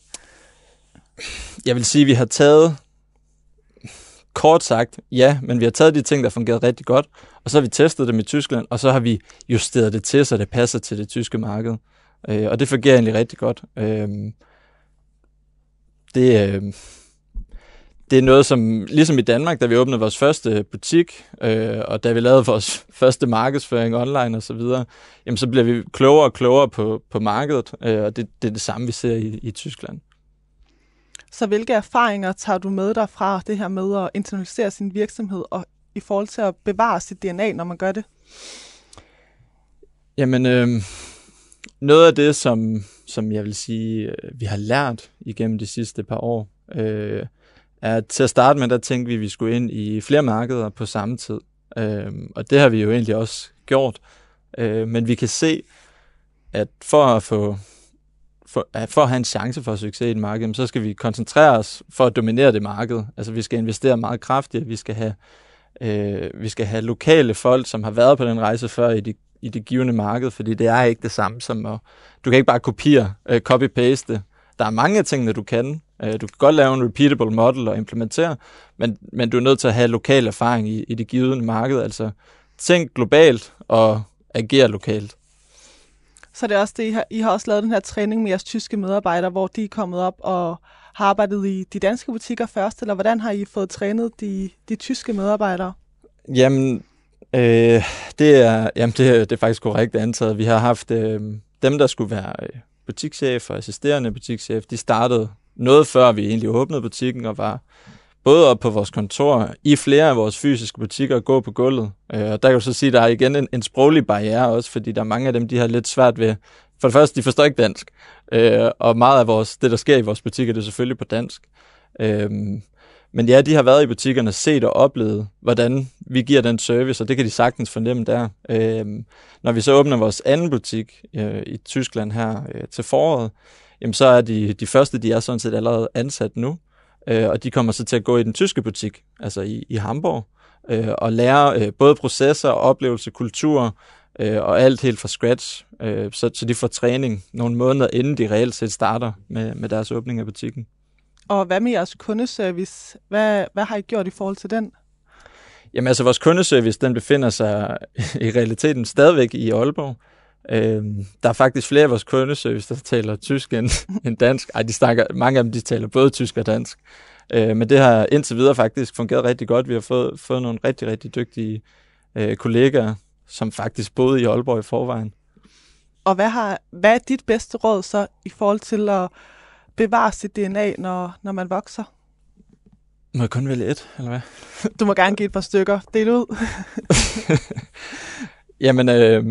Jeg vil sige, at vi har taget, kort sagt, ja, men vi har taget de ting, der fungerede rigtig godt, og så har vi testet dem i Tyskland, og så har vi justeret det til, så det passer til det tyske marked. Og det fungerer egentlig rigtig godt. Det er noget, som ligesom i Danmark, da vi åbnede vores første butik, og da vi lavede vores første markedsføring online og så videre, jamen så bliver vi klogere og klogere på markedet, og det er det samme, vi ser i Tyskland. Så hvilke erfaringer tager du med dig fra det her med at internalisere sin virksomhed, og i forhold til at bevare sit DNA, når man gør det? Jamen, noget af det, som jeg vil sige, vi har lært igennem de sidste par år, er til at starte med, der tænkte vi, at vi skulle ind i flere markeder på samme tid. Og det har vi jo egentlig også gjort. Men vi kan se, at for at have en chance for succes i et marked, så skal vi koncentrere os for at dominere det marked. Altså vi skal investere meget kraftigt. Vi skal have lokale folk, som har været på den rejse før i det givende marked, fordi det er ikke det samme som at... Du kan ikke bare kopiere, copy-paste. Der er mange af tingene, du kan. Du kan godt lave en repeatable model og implementere, men du er nødt til at have lokal erfaring i det givende marked. Altså tænk globalt og agere lokalt. Så det er også det, I har også lavet den her træning med jeres tyske medarbejdere, hvor de er kommet op og har arbejdet i de danske butikker først, eller hvordan har I fået trænet de tyske medarbejdere? Jamen, det er faktisk korrekt antaget. Vi har haft dem, der skulle være butikschef og assisterende butikschef, de startede noget før vi egentlig åbnede butikken og var både op på vores kontor i flere af vores fysiske butikker og gå på gulvet. Og der kan jeg så sige, at der er igen en sproglig barriere også, fordi der er mange af dem, de har lidt svært ved. For det første, de forstår ikke dansk. Og meget af det, der sker i vores butikker, det er selvfølgelig på dansk. Men ja, de har været i butikkerne, set og oplevet, hvordan vi giver den service, og det kan de sagtens fornemme der. Når vi så åbner vores anden butik i Tyskland her til foråret, jamen så er de første, de er sådan set allerede ansat nu, og de kommer så til at gå i den tyske butik, altså i Hamburg, og lære både processer, oplevelse, kultur og alt helt fra scratch, så de får træning nogle måneder, inden de reelt set starter med deres åbning af butikken. Og hvad med jeres kundeservice? Hvad har I gjort i forhold til den? Jamen altså, vores kundeservice, den befinder sig i realiteten stadigvæk i Aalborg. Der er faktisk flere af vores kundeservice, der taler tysk end dansk. Mange af dem, de taler både tysk og dansk. Men det har indtil videre faktisk fungeret rigtig godt. Vi har fået nogle rigtig, rigtig dygtige kollegaer, som faktisk boede i Aalborg i forvejen. Og hvad er dit bedste råd så i forhold til at bevare sit DNA, når man vokser? Må jeg kun vælge et, eller hvad? Du må gerne give et par stykker. Del ud. Jamen,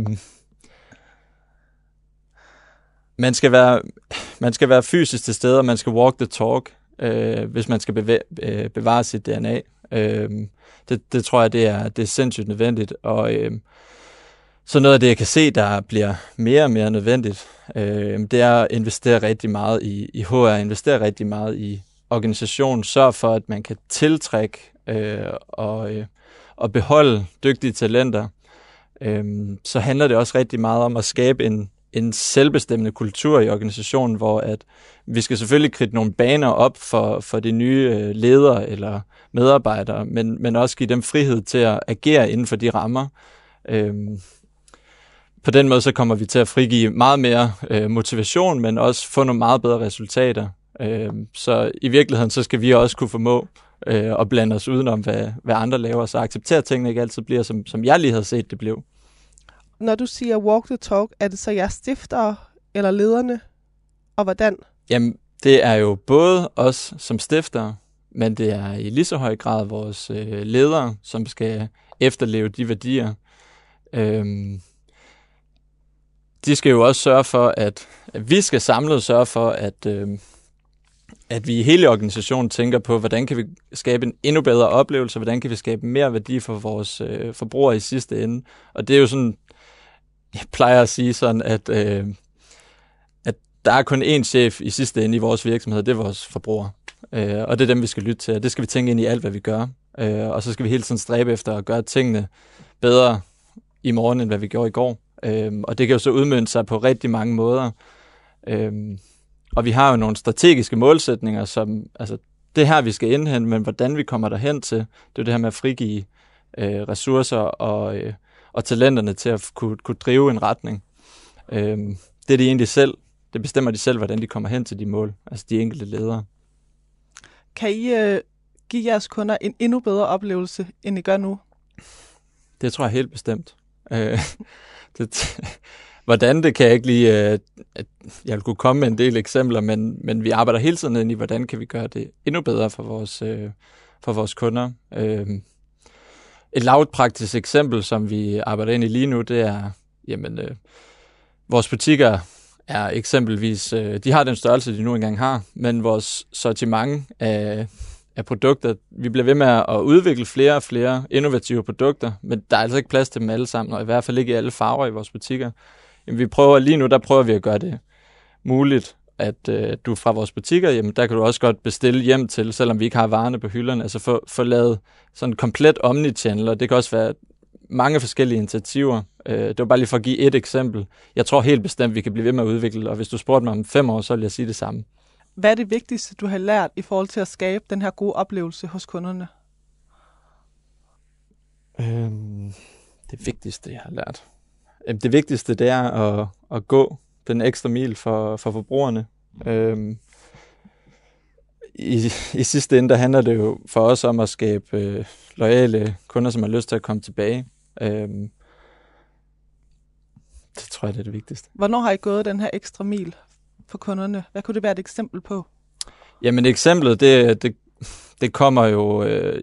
man skal være fysisk til stede, og man skal walk the talk, hvis man skal bevare sit DNA. Det tror jeg, det er sindssygt nødvendigt. Og så noget af det, jeg kan se, der bliver mere og mere nødvendigt, det er at investere rigtig meget i HR, investere rigtig meget i organisationen, sørge for, at man kan tiltrække og beholde dygtige talenter. Så handler det også rigtig meget om at skabe en selvbestemmende kultur i organisationen, hvor at vi skal selvfølgelig kridte nogle baner op for de nye ledere eller medarbejdere, men også give dem frihed til at agere inden for de rammer. På den måde så kommer vi til at frigive meget mere motivation, men også få nogle meget bedre resultater. Så i virkeligheden så skal vi også kunne formå at blande os udenom, hvad andre laver, så acceptere tingene ikke altid bliver, som jeg lige havde set det blev. Når du siger walk the talk, er det så jeres stiftere eller lederne, og hvordan? Jamen, det er jo både os som stiftere, men det er i lige så høj grad vores ledere, som skal efterleve de værdier. De skal jo også sørge for, vi skal samlet sørge for, at vi i hele organisationen tænker på, hvordan kan vi skabe en endnu bedre oplevelse, hvordan kan vi skabe mere værdi for vores forbrugere i sidste ende. Og det er jo sådan, jeg plejer at sige sådan, at der er kun én chef i sidste ende i vores virksomhed, det er vores forbrugere. Og det er dem, vi skal lytte til, og det skal vi tænke ind i alt, hvad vi gør. Og så skal vi hele tiden stræbe efter at gøre tingene bedre i morgen, end hvad vi gjorde i går. Og det kan jo så udmønte sig på rigtig mange måder. Og vi har jo nogle strategiske målsætninger, som, altså, det her, vi skal indhente, men hvordan vi kommer derhen til, det er jo det her med at frigive ressourcer og talenterne til at kunne drive en retning. Det er de egentlig selv. Det bestemmer de selv, hvordan de kommer hen til de mål, altså de enkelte ledere. Kan I give jeres kunder en endnu bedre oplevelse, end I gør nu? Det tror jeg helt bestemt. Hvordan, det kan jeg ikke lige... jeg vil kunne komme med en del eksempler, men vi arbejder hele tiden ind i, hvordan kan vi gøre det endnu bedre for vores kunder. Et lavpraktisk eksempel, som vi arbejder ind i lige nu, det er, vores butikker er eksempelvis, de har den størrelse, de nu engang har, men vores sortiment af produkter, vi bliver ved med at udvikle flere og flere innovative produkter, men der er altså ikke plads til dem alle sammen, og i hvert fald ikke i alle farver i vores butikker. Jamen, der prøver vi at gøre det muligt, at du fra vores butikker, jamen der kan du også godt bestille hjem til, selvom vi ikke har varerne på hylderne, altså få lavet sådan en komplet omnichannel, og det kan også være mange forskellige initiativer. Det var bare lige for at give et eksempel. Jeg tror helt bestemt, vi kan blive ved med at udvikle, og hvis du spurgte mig om 5 år, så vil jeg sige det samme. Hvad er det vigtigste, du har lært i forhold til at skabe den her gode oplevelse hos kunderne? Det vigtigste, jeg har lært? Det vigtigste, det er at gå den ekstra mil for forbrugerne. I sidste ende, der handler det jo for os om at skabe loyale kunder, som har lyst til at komme tilbage. Det tror jeg, det er det vigtigste. Hvornår har I gået den her ekstra mil for kunderne? Hvad kunne det være et eksempel på? Jamen eksemplet, det kommer jo...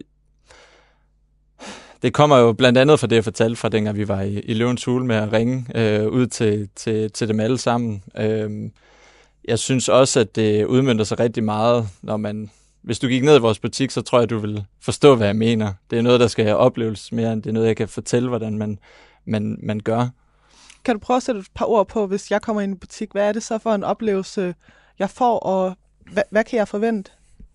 Det kommer jo blandt andet fra det, jeg fortalte fra dengang vi var i Løvens Hule med at ringe ud til dem alle sammen. Jeg synes også, at det udmønter sig rigtig meget, hvis du gik ned i vores butik, så tror jeg, du vil forstå, hvad jeg mener. Det er noget, der skal opleves mere, end det er noget, jeg kan fortælle, hvordan man gør. Kan du prøve at sætte et par ord på, hvis jeg kommer ind i butik? Hvad er det så for en oplevelse, jeg får, og hvad kan jeg forvente?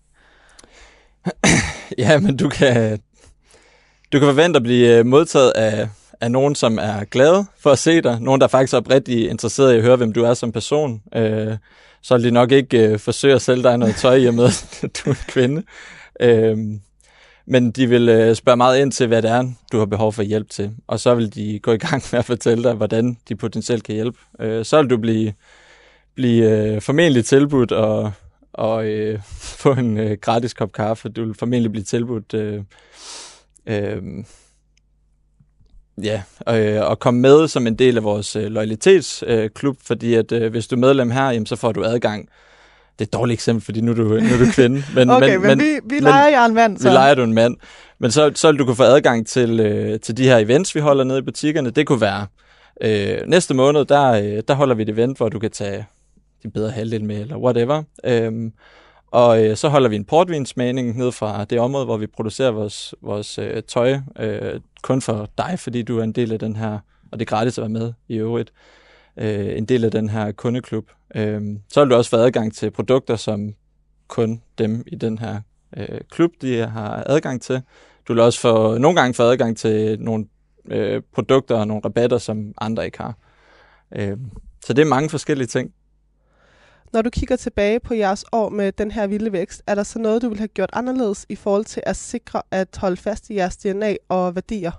Ja, men du kan forvente at blive modtaget af nogen, som er glade for at se dig. Nogen, der faktisk er oprigtigt interesseret i at høre, hvem du er som person. Så vil de nok ikke forsøge at sælge dig noget tøj i og med, at du er en kvinde. Men de vil spørge meget ind til, hvad det er, du har behov for hjælp til. Og så vil de gå i gang med at fortælle dig, hvordan de potentielt kan hjælpe. Så vil du blive formentlig tilbudt og få en gratis kop kaffe. Du vil formentlig blive tilbudt og komme med som en del af vores loyalitetsklub, fordi at hvis du er medlem her, jamen, så får du adgang. Det er et dårligt eksempel, fordi nu er du kvinde. Men, okay, men vi leger jeg en mand. Så. Vi leger du en mand. Men så vil du kunne få adgang til de her events, vi holder nede i butikkerne. Det kunne være næste måned, der holder vi et event, hvor du kan tage de bedre halvdel med, eller whatever. Og så holder vi en portvinsmagning ned fra det område, hvor vi producerer vores tøj, kun for dig, fordi du er en del af den her, og det er gratis at være med i øvrigt, en del af den her kundeklub. Så vil du også få adgang til produkter, som kun dem i den her klub, de har adgang til. Du vil også nogle gange få adgang til nogle produkter og nogle rabatter, som andre ikke har. Så det er mange forskellige ting. Når du kigger tilbage på jeres år med den her vilde vækst, er der så noget, du ville have gjort anderledes i forhold til at sikre at holde fast i jeres DNA og værdier?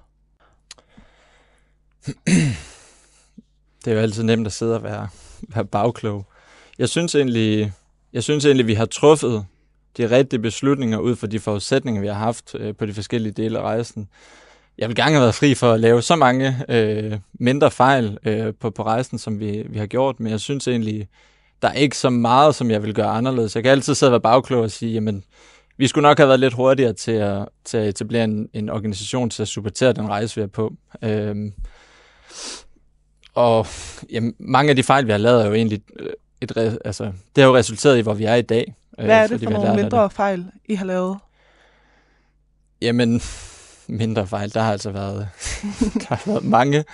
Det er jo altid nemt at sidde og være bagklog. Jeg synes egentlig, vi har truffet de rigtige beslutninger ud fra de forudsætninger, vi har haft på de forskellige dele af rejsen. Jeg vil gerne have været fri for at lave så mange mindre fejl på rejsen, som vi har gjort, men jeg synes egentlig, der er ikke så meget, som jeg vil gøre anderledes. Jeg kan altid sidde og være bagklog og sige, jamen, vi skulle nok have været lidt hurtigere til at etablere en organisation til at supportere den rejse, vi er på. Og jamen, mange af de fejl, vi har lavet, er jo egentlig det har jo resulteret i, hvor vi er i dag. Hvad er det for nogle mindre fejl, I har lavet? Jamen, mindre fejl, der har altså været, der har været mange.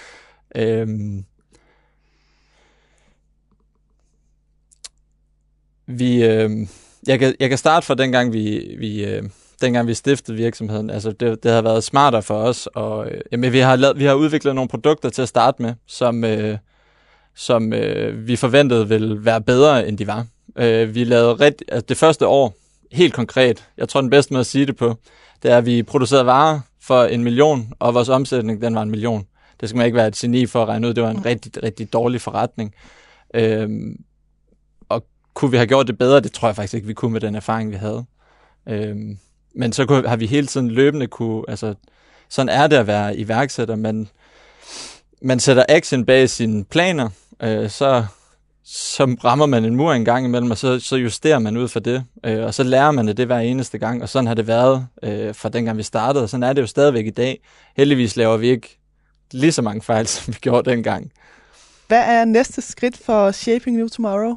Jeg kan starte fra dengang vi stiftede virksomheden. Altså det har været smartere for os, og vi har udviklet nogle produkter til at starte med, som vi forventede ville være bedre, end de var. Vi lavede det første år, helt konkret, jeg tror den bedste måde at sige det på, det er, at vi producerede varer for 1 million, og vores omsætning, den var 1 million. Det skal man ikke være et geni for at regne ud. Det var en rigtig, rigtig dårlig forretning. Og kunne vi have gjort det bedre? Det tror jeg faktisk ikke, vi kunne med den erfaring, vi havde. Men så har vi hele tiden løbende sådan er det at være iværksætter. Man sætter action bag sine planer, så rammer man en mur en gang imellem, og så justerer man ud for det, og så lærer man det hver eneste gang, og sådan har det været fra dengang vi startede, og sådan er det jo stadigvæk i dag. Heldigvis laver vi ikke lige så mange fejl, som vi gjorde dengang. Hvad er næste skridt for Shaping New Tomorrow?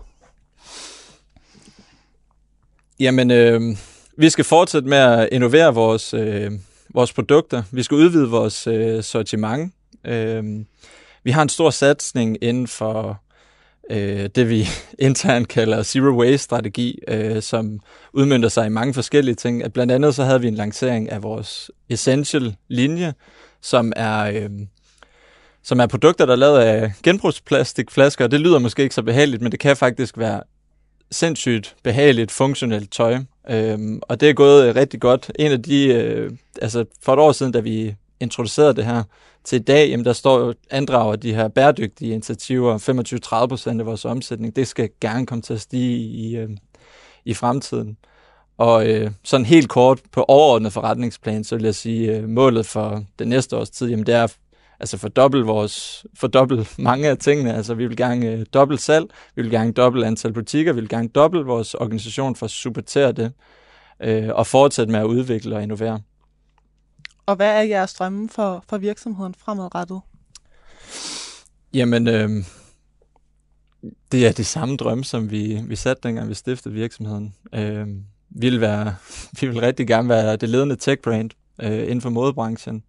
Jamen, vi skal fortsætte med at innovere vores produkter. Vi skal udvide vores sortiment. Vi har en stor satsning inden for det, vi internt kalder Zero Waste-strategi, som udmønter sig i mange forskellige ting. Blandt andet så havde vi en lancering af vores Essential-linje, som er produkter, der er lavet af genbrugsplastikflasker. Det lyder måske ikke så behageligt, men det kan faktisk være sindssygt behageligt, funktionelt tøj. Og det er gået rigtig godt. En af de, for et år siden, da vi introducerede det her, til i dag, jamen der andrager de her bæredygtige initiativer 25-30% af vores omsætning. Det skal gerne komme til at stige i fremtiden. Og sådan helt kort på overordnet forretningsplan, så vil jeg sige, målet for det næste års tid, jamen det er fordoble mange af tingene. Altså vi vil gerne dobbelt salg, vi vil gerne dobbelt antal butikker, vi vil gerne dobbelt vores organisation for at supportere det, og fortsætte med at udvikle og innovere. Og hvad er jeres drømme for virksomheden fremadrettet? Jamen, det er de samme drømme, som vi satte dengang vi stiftede virksomheden. Vi vil rigtig gerne være det ledende tech-brand inden for modebranchen.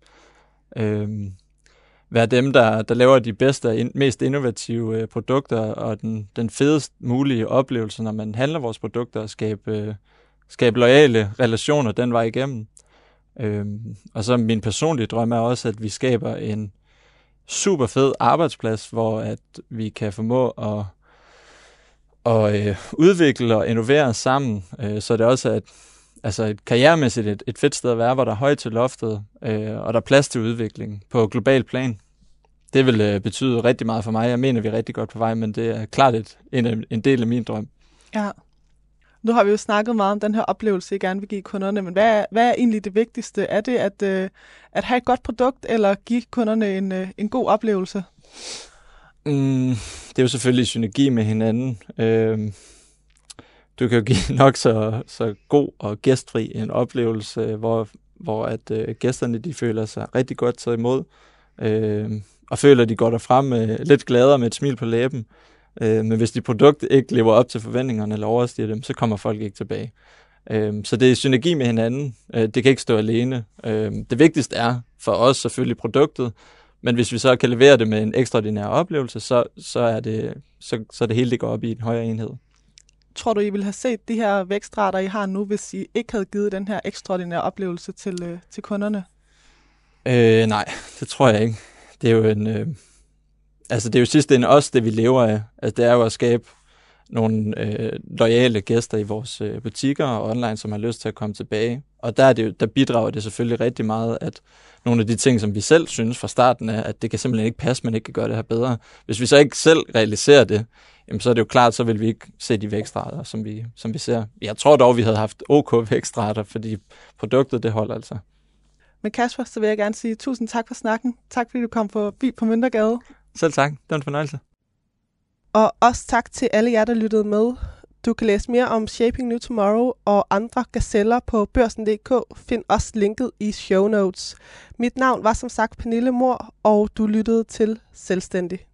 Være dem, der laver de bedste og mest innovative produkter og den fedest mulige oplevelse, når man handler vores produkter, og skabe loyale relationer den vej igennem. Og så min personlige drøm er også, at vi skaber en super fed arbejdsplads, hvor at vi kan formå at udvikle og innovere sammen, så det også er et karrieremæssigt et fedt sted at være, hvor der er højt til loftet, og der er plads til udvikling på global plan. Det vil betyde rigtig meget for mig. Jeg mener, vi er rigtig godt på vej, men det er klart en del af min drøm. Ja. Nu har vi jo snakket meget om den her oplevelse, I gerne vil give kunderne, men hvad er egentlig det vigtigste? Er det at have et godt produkt, eller give kunderne en god oplevelse? Det er jo selvfølgelig synergi med hinanden. Du kan jo give nok så god og gæstfri en oplevelse, hvor at gæsterne de føler sig rigtig godt taget imod, og føler, de går derfra lidt gladere med et smil på læben. Men hvis de produkter ikke lever op til forventningerne eller overstiger dem, så kommer folk ikke tilbage. Så det er synergi med hinanden. Det kan ikke stå alene. Det vigtigste er for os selvfølgelig produktet, men hvis vi så kan levere det med en ekstraordinær oplevelse, så er det hele, det går op i en højere enhed. Tror du, I ville have set de her vækstrater, I har nu, hvis I ikke havde givet den her ekstraordinære oplevelse til kunderne? Nej, det tror jeg ikke. Det er jo det er jo sidst ende os, det vi lever af. Altså, det er jo at skabe nogle loyale gæster i vores butikker og online, som har lyst til at komme tilbage. Og der bidrager det selvfølgelig rigtig meget, at nogle af de ting, som vi selv synes fra starten af, at det kan simpelthen ikke passe, man ikke kan gøre det her bedre. Hvis vi så ikke selv realiserer det, jamen, så er det jo klart, så vil vi ikke se de vækstrater, som vi ser. Jeg tror dog, vi havde haft OK vækstrater, fordi produktet, det holder altså. Men Kasper, så vil jeg gerne sige tusind tak for snakken. Tak fordi du kom forbi på Møntergade. Selv tak. Det var en fornøjelse. Og også tak til alle jer, der lyttede med. Du kan læse mere om Shaping New Tomorrow og andre gazeller på børsen.dk. Find også linket i show notes. Mit navn var som sagt Pernille Mor, og du lyttede til Selvstændig.